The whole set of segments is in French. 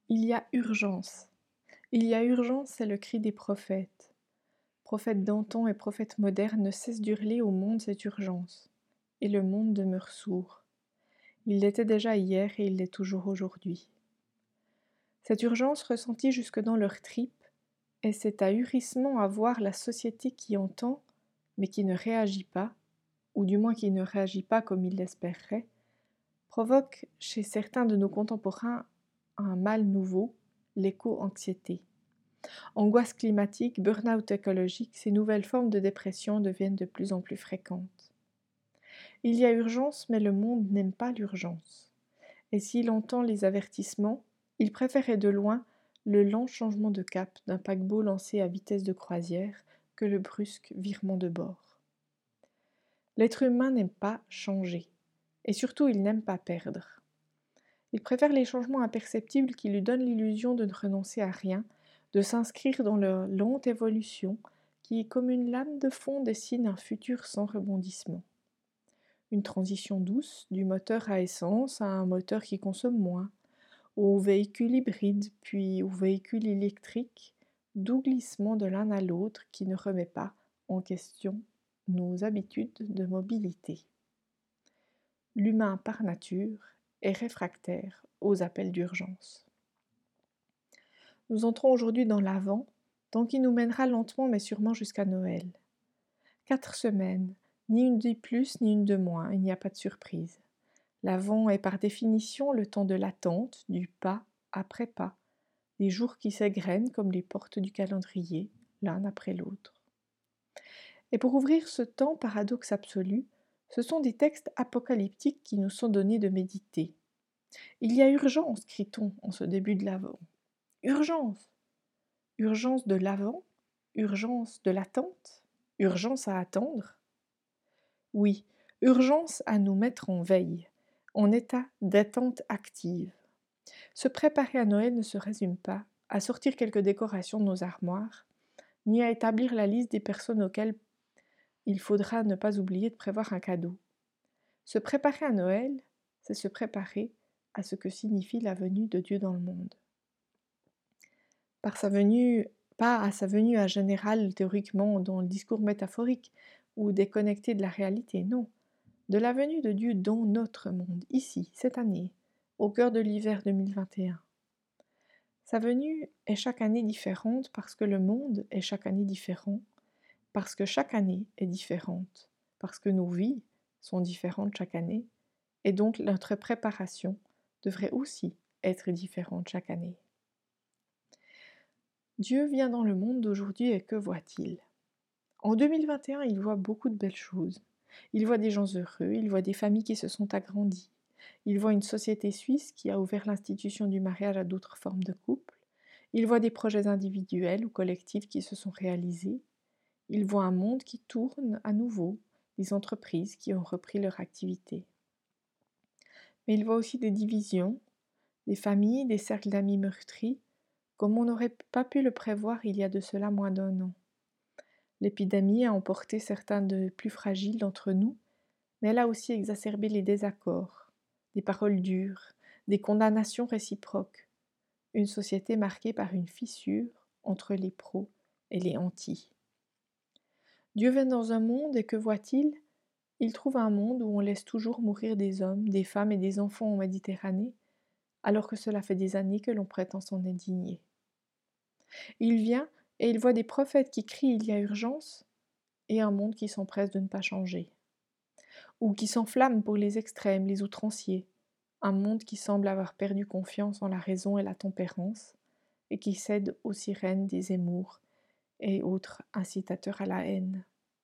Il y a urgence. Il y a urgence, c'est le cri des prophètes. Prophètes d'antan et prophètes modernes ne cessent d'hurler au monde cette urgence. Et le monde demeure sourd. Il l'était déjà hier et il l'est toujours aujourd'hui. Cette urgence ressentie jusque dans leurs tripes, et cet ahurissement à voir la société qui entend, mais qui ne réagit pas, ou du moins qui ne réagit pas comme il l'espérerait, provoque chez certains de nos contemporains un mal nouveau, l'éco-anxiété. Angoisse climatique, burn-out écologique, ces nouvelles formes de dépression deviennent de plus en plus fréquentes. Il y a urgence, mais le monde n'aime pas l'urgence. Et s'il entend les avertissements, il préférait de loin le lent changement de cap d'un paquebot lancé à vitesse de croisière que le brusque virement de bord. L'être humain n'aime pas changer, et surtout il n'aime pas perdre. Il préfère les changements imperceptibles qui lui donnent l'illusion de ne renoncer à rien, de s'inscrire dans leur lente évolution qui, comme une lame de fond, dessine un futur sans rebondissement. Une transition douce du moteur à essence à un moteur qui consomme moins, au véhicule hybride, puis au véhicule électrique, doux glissement de l'un à l'autre qui ne remet pas en question nos habitudes de mobilité. L'humain par nature est réfractaire aux appels d'urgence. Nous entrons aujourd'hui dans l'Avent, temps qui nous mènera lentement mais sûrement jusqu'à Noël. 4 semaines, ni une de plus ni une de moins, il n'y a pas de surprise. L'Avent est par définition le temps de l'attente, du pas après pas, des jours qui s'égrènent comme les portes du calendrier, l'un après l'autre. Et pour ouvrir ce temps, paradoxe absolu, ce sont des textes apocalyptiques qui nous sont donnés de méditer. Il y a urgence, crie-t-on en ce début de l'Avent. Urgence! Urgence de l'avant, urgence de l'attente, urgence à attendre. Oui, urgence à nous mettre en veille, en état d'attente active. Se préparer à Noël ne se résume pas à sortir quelques décorations de nos armoires, ni à établir la liste des personnes auxquelles il faudra ne pas oublier de prévoir un cadeau. Se préparer à Noël, c'est se préparer à ce que signifie la venue de Dieu dans le monde. Par sa venue, pas à sa venue à générale théoriquement dans le discours métaphorique ou déconnecté de la réalité, non. De la venue de Dieu dans notre monde, ici, cette année, au cœur de l'hiver 2021. Sa venue est chaque année différente parce que le monde est chaque année différent, parce que chaque année est différente, parce que nos vies sont différentes chaque année, et donc notre préparation devrait aussi être différente chaque année. Dieu vient dans le monde d'aujourd'hui et que voit-il? En 2021, il voit beaucoup de belles choses. Il voit des gens heureux, il voit des familles qui se sont agrandies. Il voit une société suisse qui a ouvert l'institution du mariage à d'autres formes de couple. Il voit des projets individuels ou collectifs qui se sont réalisés. Il voit un monde qui tourne à nouveau, des entreprises qui ont repris leur activité. Mais il voit aussi des divisions, des familles, des cercles d'amis meurtris, comme on n'aurait pas pu le prévoir il y a de cela moins d'1 an. L'épidémie a emporté certains des plus fragiles d'entre nous, mais elle a aussi exacerbé les désaccords, des paroles dures, des condamnations réciproques, une société marquée par une fissure entre les pros et les anti. Dieu vient dans un monde et que voit-il? Il trouve un monde où on laisse toujours mourir des hommes, des femmes et des enfants en Méditerranée, alors que cela fait des années que l'on prétend s'en indigner. Il vient et il voit des prophètes qui crient il y a urgence et un monde qui s'empresse de ne pas changer. Ou qui s'enflamme pour les extrêmes, les outranciers. Un monde qui semble avoir perdu confiance en la raison et la tempérance et qui cède aux sirènes des Zemmour et autres incitateurs à la haine.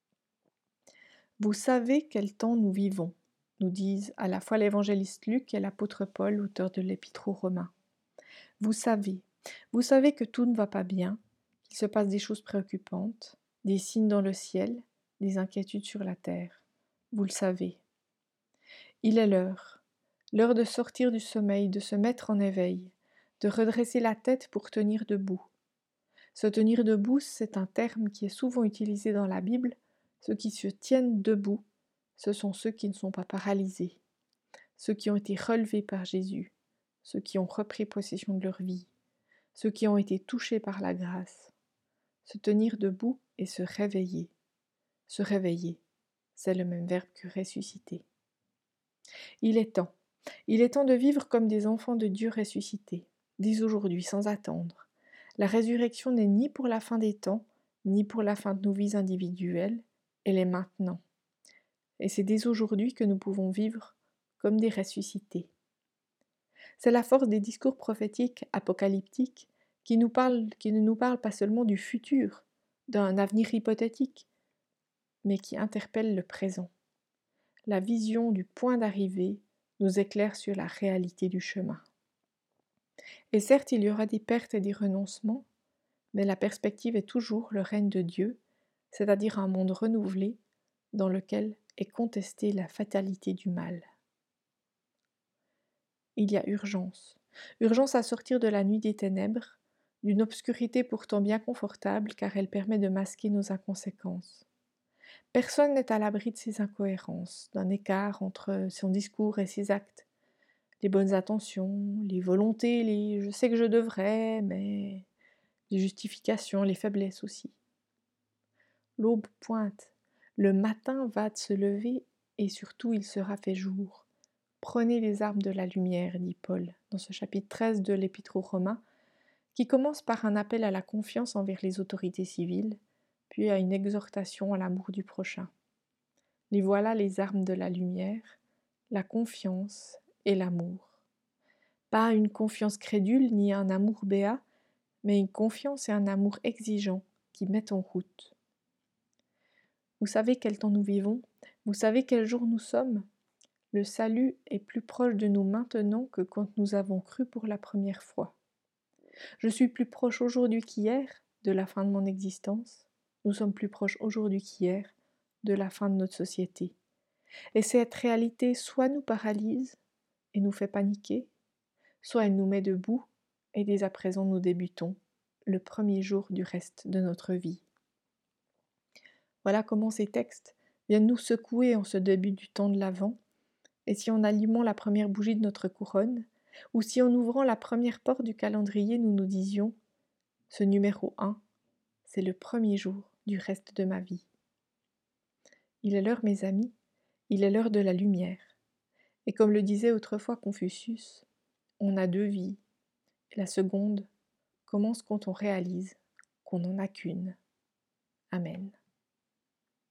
Vous savez quel temps nous vivons, nous disent à la fois l'évangéliste Luc et l'apôtre Paul, auteur de l'Épître aux Romains. Vous savez que tout ne va pas bien, qu'il se passe des choses préoccupantes, des signes dans le ciel, des inquiétudes sur la terre. Vous le savez. Il est l'heure de sortir du sommeil, de se mettre en éveil, de redresser la tête pour tenir debout. Se tenir debout, c'est un terme qui est souvent utilisé dans la Bible. Ceux qui se tiennent debout, ce sont ceux qui ne sont pas paralysés, ceux qui ont été relevés par Jésus, ceux qui ont repris possession de leur vie, ceux qui ont été touchés par la grâce. Se tenir debout et se réveiller. Se réveiller, c'est le même verbe que ressusciter. Il est temps. Il est temps de vivre comme des enfants de Dieu ressuscités, dès aujourd'hui, sans attendre. La résurrection n'est ni pour la fin des temps, ni pour la fin de nos vies individuelles, elle est maintenant. Et c'est dès aujourd'hui que nous pouvons vivre comme des ressuscités. C'est la force des discours prophétiques apocalyptiques qui ne nous parlent pas seulement du futur, d'un avenir hypothétique, mais qui interpellent le présent. La vision du point d'arrivée nous éclaire sur la réalité du chemin. Et certes, il y aura des pertes et des renoncements, mais la perspective est toujours le règne de Dieu, c'est-à-dire un monde renouvelé dans lequel est contestée la fatalité du mal. Il y a urgence. Urgence à sortir de la nuit des ténèbres, d'une obscurité pourtant bien confortable car elle permet de masquer nos inconséquences. Personne n'est à l'abri de ses incohérences, d'un écart entre son discours et ses actes. Les bonnes intentions, les volontés, les je sais que je devrais, mais les justifications, les faiblesses aussi. L'aube pointe, le matin va de se lever et surtout il sera fait jour. Prenez les armes de la lumière, dit Paul, dans ce chapitre 13 de l'Épître aux Romains, qui commence par un appel à la confiance envers les autorités civiles, puis à une exhortation à l'amour du prochain. Les voilà les armes de la lumière, la confiance et l'amour. Pas une confiance crédule ni un amour béat, mais une confiance et un amour exigeant qui mettent en route. Vous savez quel temps nous vivons? Vous savez quel jour nous sommes? Le salut est plus proche de nous maintenant que quand nous avons cru pour la première fois. Je suis plus proche aujourd'hui qu'hier de la fin de mon existence. Nous sommes plus proches aujourd'hui qu'hier de la fin de notre société. Et cette réalité soit nous paralyse et nous fait paniquer, soit elle nous met debout et dès à présent nous débutons le premier jour du reste de notre vie. Voilà comment ces textes viennent nous secouer en ce début du temps de l'Avent, et si en allumant la première bougie de notre couronne, ou si en ouvrant la première porte du calendrier nous nous disions « Ce numéro 1, c'est le premier jour du reste de ma vie ». Il est l'heure, mes amis, il est l'heure de la lumière. Et comme le disait autrefois Confucius, on a deux vies. Et la seconde commence quand on réalise qu'on n'en a qu'une. Amen.